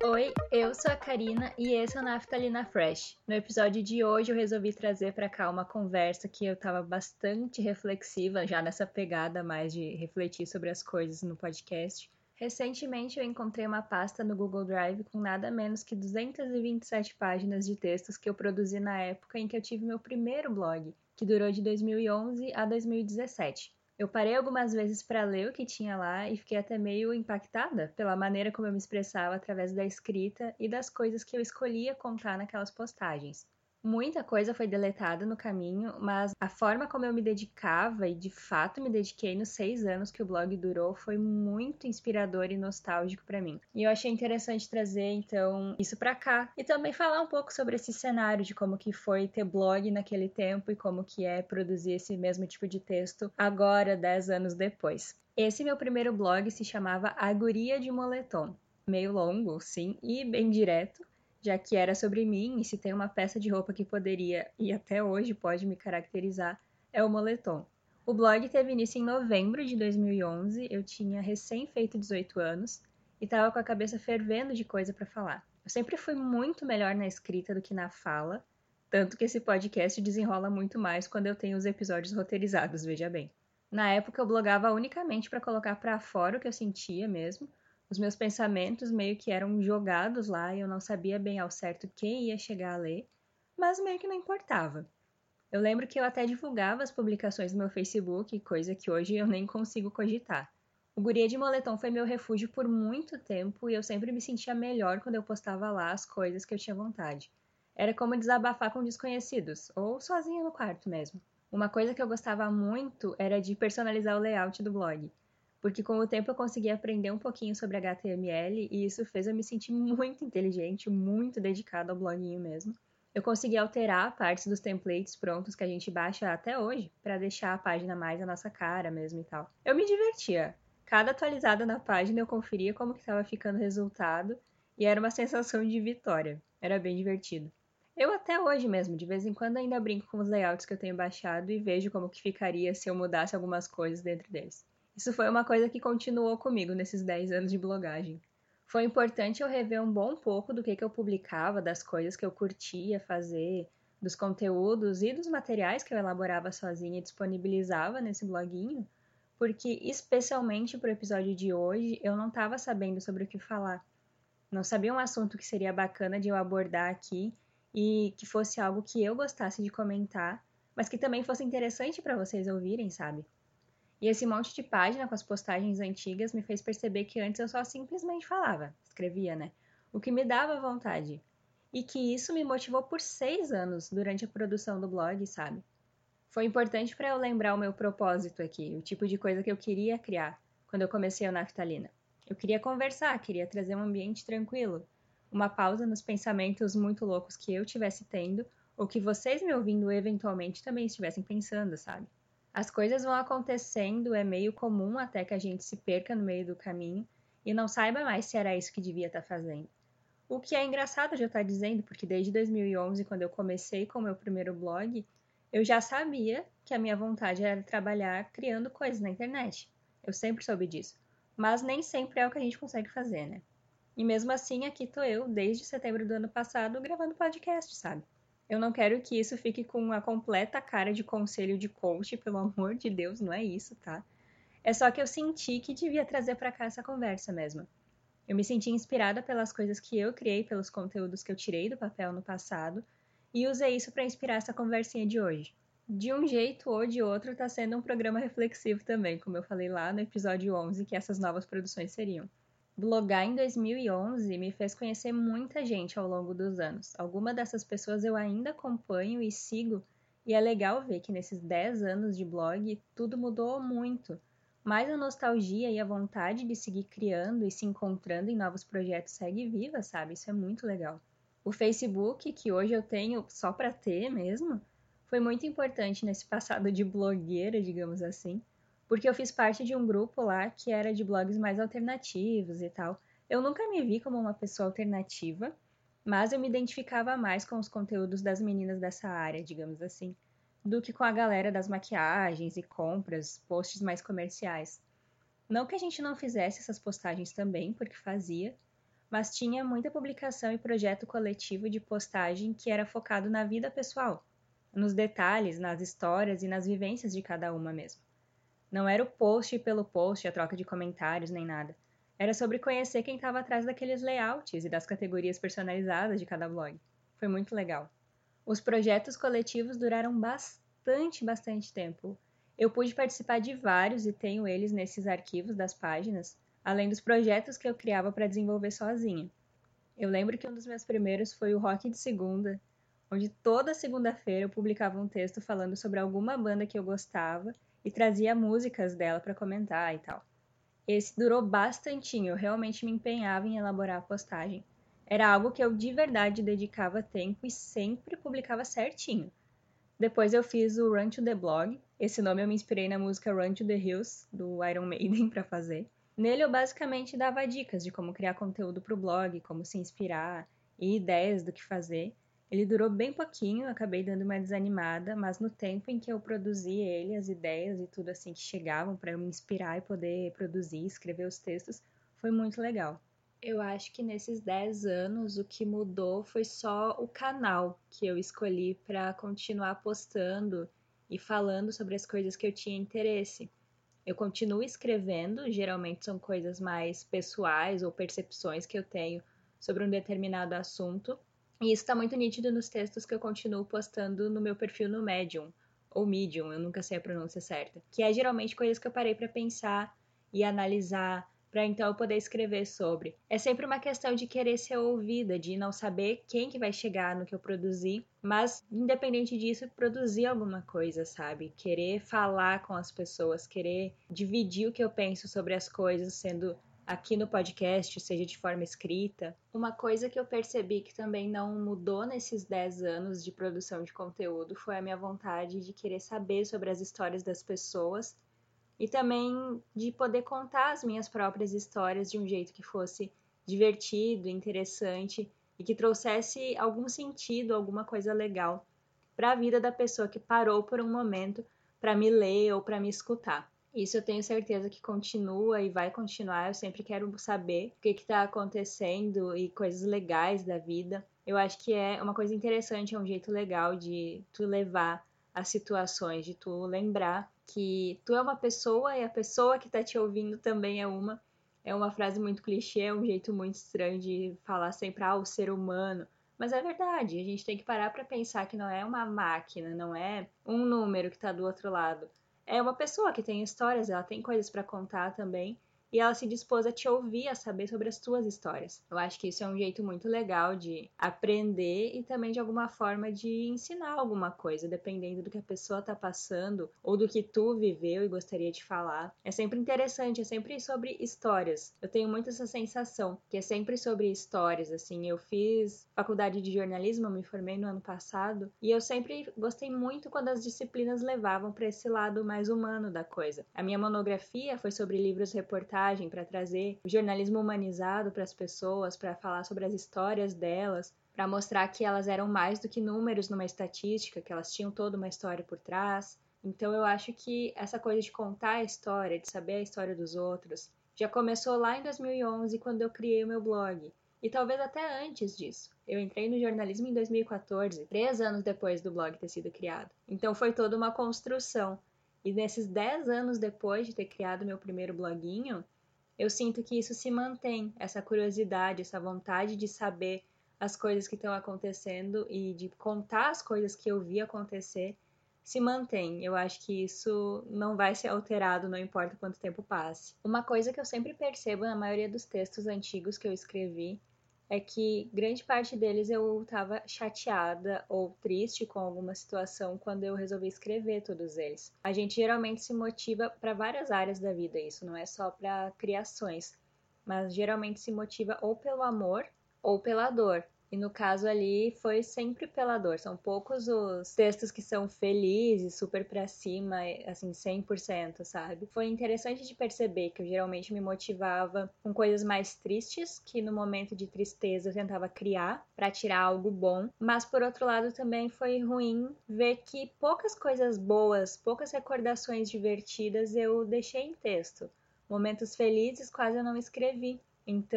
Oi, eu sou a Karina e esse é o Naftalina Fresh. No episódio de hoje eu resolvi trazer para cá uma conversa que eu estava bastante reflexiva, já nessa pegada mais de refletir sobre as coisas no podcast. Recentemente eu encontrei uma pasta no Google Drive com nada menos que 227 páginas de textos que eu produzi na época em que eu tive meu primeiro blog, que durou de 2011 a 2017. Eu parei algumas vezes para ler o que tinha lá e fiquei até meio impactada pela maneira como eu me expressava através da escrita e das coisas que eu escolhia contar naquelas postagens. Muita coisa foi deletada no caminho, mas a forma como eu me dedicava e de fato me dediquei nos 6 anos que o blog durou foi muito inspirador e nostálgico para mim. E eu achei interessante trazer então isso para cá e também falar um pouco sobre esse cenário de como que foi ter blog naquele tempo e como que é produzir esse mesmo tipo de texto agora, 10 anos depois. Esse meu primeiro blog se chamava A Guria de Moletom. Meio longo, sim, e bem direto, já que era sobre mim, e se tem uma peça de roupa que poderia, e até hoje pode me caracterizar, é o moletom. O blog teve início em novembro de 2011, eu tinha recém feito 18 anos e estava com a cabeça fervendo de coisa para falar. Eu sempre fui muito melhor na escrita do que na fala, tanto que esse podcast desenrola muito mais quando eu tenho os episódios roteirizados, veja bem. Na época eu blogava unicamente para colocar para fora o que eu sentia mesmo. Os meus pensamentos meio que eram jogados lá e eu não sabia bem ao certo quem ia chegar a ler, mas meio que não importava. Eu lembro que eu até divulgava as publicações no meu Facebook, coisa que hoje eu nem consigo cogitar. O Guria de Moletom foi meu refúgio por muito tempo e eu sempre me sentia melhor quando eu postava lá as coisas que eu tinha vontade. Era como desabafar com desconhecidos, ou sozinha no quarto mesmo. Uma coisa que eu gostava muito era de personalizar o layout do blog, porque com o tempo eu consegui aprender um pouquinho sobre HTML e isso fez eu me sentir muito inteligente, muito dedicada ao bloguinho mesmo. Eu consegui alterar partes dos templates prontos que a gente baixa até hoje para deixar a página mais a nossa cara mesmo e tal. Eu me divertia. Cada atualizada na página eu conferia como que estava ficando o resultado e era uma sensação de vitória. Era bem divertido. Eu até hoje mesmo, de vez em quando ainda brinco com os layouts que eu tenho baixado e vejo como que ficaria se eu mudasse algumas coisas dentro deles. Isso foi uma coisa que continuou comigo nesses 10 anos de blogagem. Foi importante eu rever um bom pouco do que eu publicava, das coisas que eu curtia fazer, dos conteúdos e dos materiais que eu elaborava sozinha e disponibilizava nesse bloguinho, porque especialmente para o episódio de hoje eu não estava sabendo sobre o que falar. Não sabia um assunto que seria bacana de eu abordar aqui e que fosse algo que eu gostasse de comentar, mas que também fosse interessante para vocês ouvirem, sabe? E esse monte de página com as postagens antigas me fez perceber que antes eu só simplesmente falava, escrevia, né? O que me dava vontade. E que isso me motivou por 6 anos durante a produção do blog, sabe? Foi importante para eu lembrar o meu propósito aqui, o tipo de coisa que eu queria criar quando eu comecei o Naftalina. Eu queria conversar, queria trazer um ambiente tranquilo, uma pausa nos pensamentos muito loucos que eu estivesse tendo ou que vocês me ouvindo eventualmente também estivessem pensando, sabe? As coisas vão acontecendo, é meio comum até que a gente se perca no meio do caminho e não saiba mais se era isso que devia estar fazendo. O que é engraçado de eu estar dizendo, porque desde 2011, quando eu comecei com o meu primeiro blog, eu já sabia que a minha vontade era trabalhar criando coisas na internet. Eu sempre soube disso. Mas nem sempre é o que a gente consegue fazer, né? E mesmo assim, aqui tô eu, desde setembro do ano passado, gravando podcast, sabe? Eu não quero que isso fique com a completa cara de conselho de coach, pelo amor de Deus, não é isso, tá? É só que eu senti que devia trazer pra cá essa conversa mesmo. Eu me senti inspirada pelas coisas que eu criei, pelos conteúdos que eu tirei do papel no passado, e usei isso para inspirar essa conversinha de hoje. De um jeito ou de outro, tá sendo um programa reflexivo também, como eu falei lá no episódio 11, que essas novas produções seriam. Blogar em 2011 me fez conhecer muita gente ao longo dos anos. Algumas dessas pessoas eu ainda acompanho e sigo, e é legal ver que nesses 10 anos de blog tudo mudou muito. Mas a nostalgia e a vontade de seguir criando e se encontrando em novos projetos segue viva, sabe? Isso é muito legal. O Facebook, que hoje eu tenho só para ter mesmo, foi muito importante nesse passado de blogueira, digamos assim, porque eu fiz parte de um grupo lá que era de blogs mais alternativos e tal. Eu nunca me vi como uma pessoa alternativa, mas eu me identificava mais com os conteúdos das meninas dessa área, digamos assim, do que com a galera das maquiagens e compras, posts mais comerciais. Não que a gente não fizesse essas postagens também, porque fazia, mas tinha muita publicação e projeto coletivo de postagem que era focado na vida pessoal, nos detalhes, nas histórias e nas vivências de cada uma mesmo. Não era o post pelo post, a troca de comentários, nem nada. Era sobre conhecer quem estava atrás daqueles layouts e das categorias personalizadas de cada blog. Foi muito legal. Os projetos coletivos duraram bastante tempo. Eu pude participar de vários e tenho eles nesses arquivos das páginas, além dos projetos que eu criava para desenvolver sozinha. Eu lembro que um dos meus primeiros foi o Rock de Segunda, onde toda segunda-feira eu publicava um texto falando sobre alguma banda que eu gostava e trazia músicas dela para comentar e tal. Esse durou bastantinho, eu realmente me empenhava em elaborar a postagem. Era algo que eu de verdade dedicava tempo e sempre publicava certinho. Depois eu fiz o Run to the Blog. Esse nome eu me inspirei na música Run to the Hills, do Iron Maiden, para fazer. Nele eu basicamente dava dicas de como criar conteúdo para o blog, como se inspirar e ideias do que fazer. Ele durou bem pouquinho, acabei dando uma desanimada, mas no tempo em que eu produzi ele, as ideias e tudo assim que chegavam para eu me inspirar e poder produzir, escrever os textos, foi muito legal. Eu acho que nesses 10 anos o que mudou foi só o canal que eu escolhi para continuar postando e falando sobre as coisas que eu tinha interesse. Eu continuo escrevendo, geralmente são coisas mais pessoais ou percepções que eu tenho sobre um determinado assunto, e isso está muito nítido nos textos que eu continuo postando no meu perfil no Medium, ou Medium, eu nunca sei a pronúncia certa, que é geralmente coisas que eu parei para pensar e analisar para então eu poder escrever sobre. É sempre uma questão de querer ser ouvida, de não saber quem que vai chegar no que eu produzi, mas independente disso, produzir alguma coisa, sabe? Querer falar com as pessoas, querer dividir o que eu penso sobre as coisas, sendo aqui no podcast, seja de forma escrita. Uma coisa que eu percebi que também não mudou nesses 10 anos de produção de conteúdo foi a minha vontade de querer saber sobre as histórias das pessoas e também de poder contar as minhas próprias histórias de um jeito que fosse divertido, interessante e que trouxesse algum sentido, alguma coisa legal para a vida da pessoa que parou por um momento para me ler ou para me escutar. Isso eu tenho certeza que continua e vai continuar. Eu sempre quero saber o que está acontecendo e coisas legais da vida. Eu acho que é uma coisa interessante, é um jeito legal de tu levar as situações, de tu lembrar que tu é uma pessoa e a pessoa que tá te ouvindo também é uma. É uma frase muito clichê, é um jeito muito estranho de falar sempre, o ser humano. Mas é verdade, a gente tem que parar para pensar que não é uma máquina, não é um número que está do outro lado. É uma pessoa que tem histórias, ela tem coisas para contar também, e ela se dispôs a te ouvir, a saber sobre as tuas histórias. Eu acho que isso é um jeito muito legal de aprender e também de alguma forma de ensinar alguma coisa, dependendo do que a pessoa está passando ou do que tu viveu e gostaria de falar. É sempre interessante, é sempre sobre histórias. Eu tenho muito essa sensação que é sempre sobre histórias, assim. Eu fiz faculdade de jornalismo, eu me formei no ano passado, e eu sempre gostei muito quando as disciplinas levavam para esse lado mais humano da coisa. A minha monografia foi sobre livros-reportagem para trazer o jornalismo humanizado para as pessoas, para falar sobre as histórias delas, para mostrar que elas eram mais do que números numa estatística, que elas tinham toda uma história por trás. Então eu acho que essa coisa de contar a história, de saber a história dos outros, já começou lá em 2011, quando eu criei o meu blog. E talvez até antes disso. Eu entrei no jornalismo em 2014, 3 anos depois do blog ter sido criado. Então foi toda uma construção. E nesses 10 anos depois de ter criado meu primeiro bloguinho, eu sinto que isso se mantém, essa curiosidade, essa vontade de saber as coisas que estão acontecendo e de contar as coisas que eu vi acontecer, se mantém. Eu acho que isso não vai ser alterado, não importa quanto tempo passe. Uma coisa que eu sempre percebo na maioria dos textos antigos que eu escrevi é que grande parte deles eu estava chateada ou triste com alguma situação quando eu resolvi escrever todos eles. A gente geralmente se motiva para várias áreas da vida, isso não é só para criações, mas geralmente se motiva ou pelo amor ou pela dor. E no caso ali foi sempre pela dor. São poucos os textos que são felizes, super pra cima, assim, 100%, sabe? Foi interessante de perceber que eu geralmente me motivava com coisas mais tristes, que no momento de tristeza eu tentava criar pra tirar algo bom. Mas por outro lado também foi ruim ver que poucas coisas boas, poucas recordações divertidas eu deixei em texto. Momentos felizes quase eu não escrevi. Então,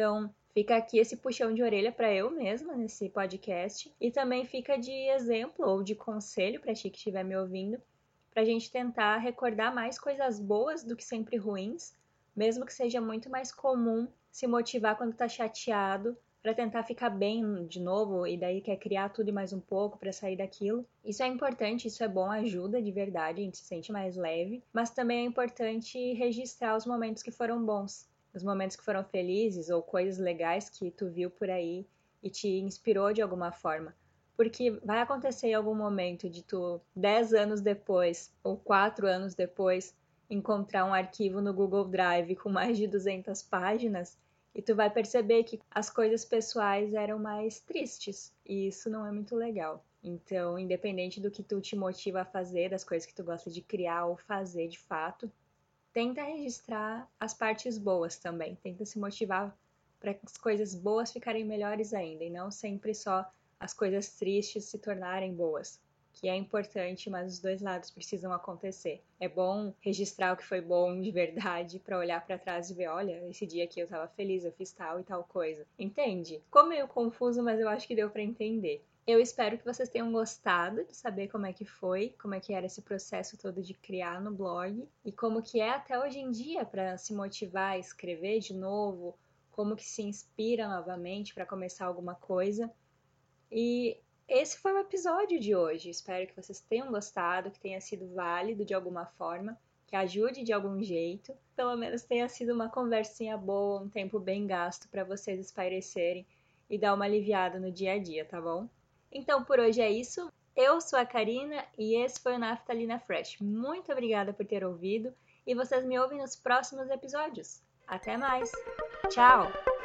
Fica aqui esse puxão de orelha para eu mesma nesse podcast e também fica de exemplo ou de conselho para ti que estiver me ouvindo, para a gente tentar recordar mais coisas boas do que sempre ruins, mesmo que seja muito mais comum se motivar quando tá chateado para tentar ficar bem de novo e daí quer criar tudo e mais um pouco para sair daquilo. Isso é importante, isso é bom, ajuda de verdade, a gente se sente mais leve, mas também é importante registrar os momentos que foram bons, os momentos que foram felizes ou coisas legais que tu viu por aí e te inspirou de alguma forma. Porque vai acontecer em algum momento de tu, 10 anos depois ou 4 anos depois, encontrar um arquivo no Google Drive com mais de 200 páginas e tu vai perceber que as coisas pessoais eram mais tristes, e isso não é muito legal. Então, independente do que tu te motiva a fazer, das coisas que tu gosta de criar ou fazer de fato, tenta registrar as partes boas também. Tenta se motivar para as coisas boas ficarem melhores ainda, e não sempre só as coisas tristes se tornarem boas, que é importante, mas os dois lados precisam acontecer. É bom registrar o que foi bom de verdade para olhar para trás e ver, olha, esse dia aqui eu estava feliz, eu fiz tal e tal coisa. Entende? Ficou meio confuso, mas eu acho que deu para entender. Eu espero que vocês tenham gostado de saber como é que foi, como é que era esse processo todo de criar no blog e como que é até hoje em dia para se motivar a escrever de novo, como que se inspira novamente para começar alguma coisa. E esse foi o episódio de hoje. Espero que vocês tenham gostado, que tenha sido válido de alguma forma, que ajude de algum jeito. Pelo menos tenha sido uma conversinha boa, um tempo bem gasto para vocês espairecerem e dar uma aliviada no dia a dia, tá bom? Então por hoje é isso. Eu sou a Karina e esse foi o Naftalina Fresh. Muito obrigada por ter ouvido e vocês me ouvem nos próximos episódios. Até mais! Tchau!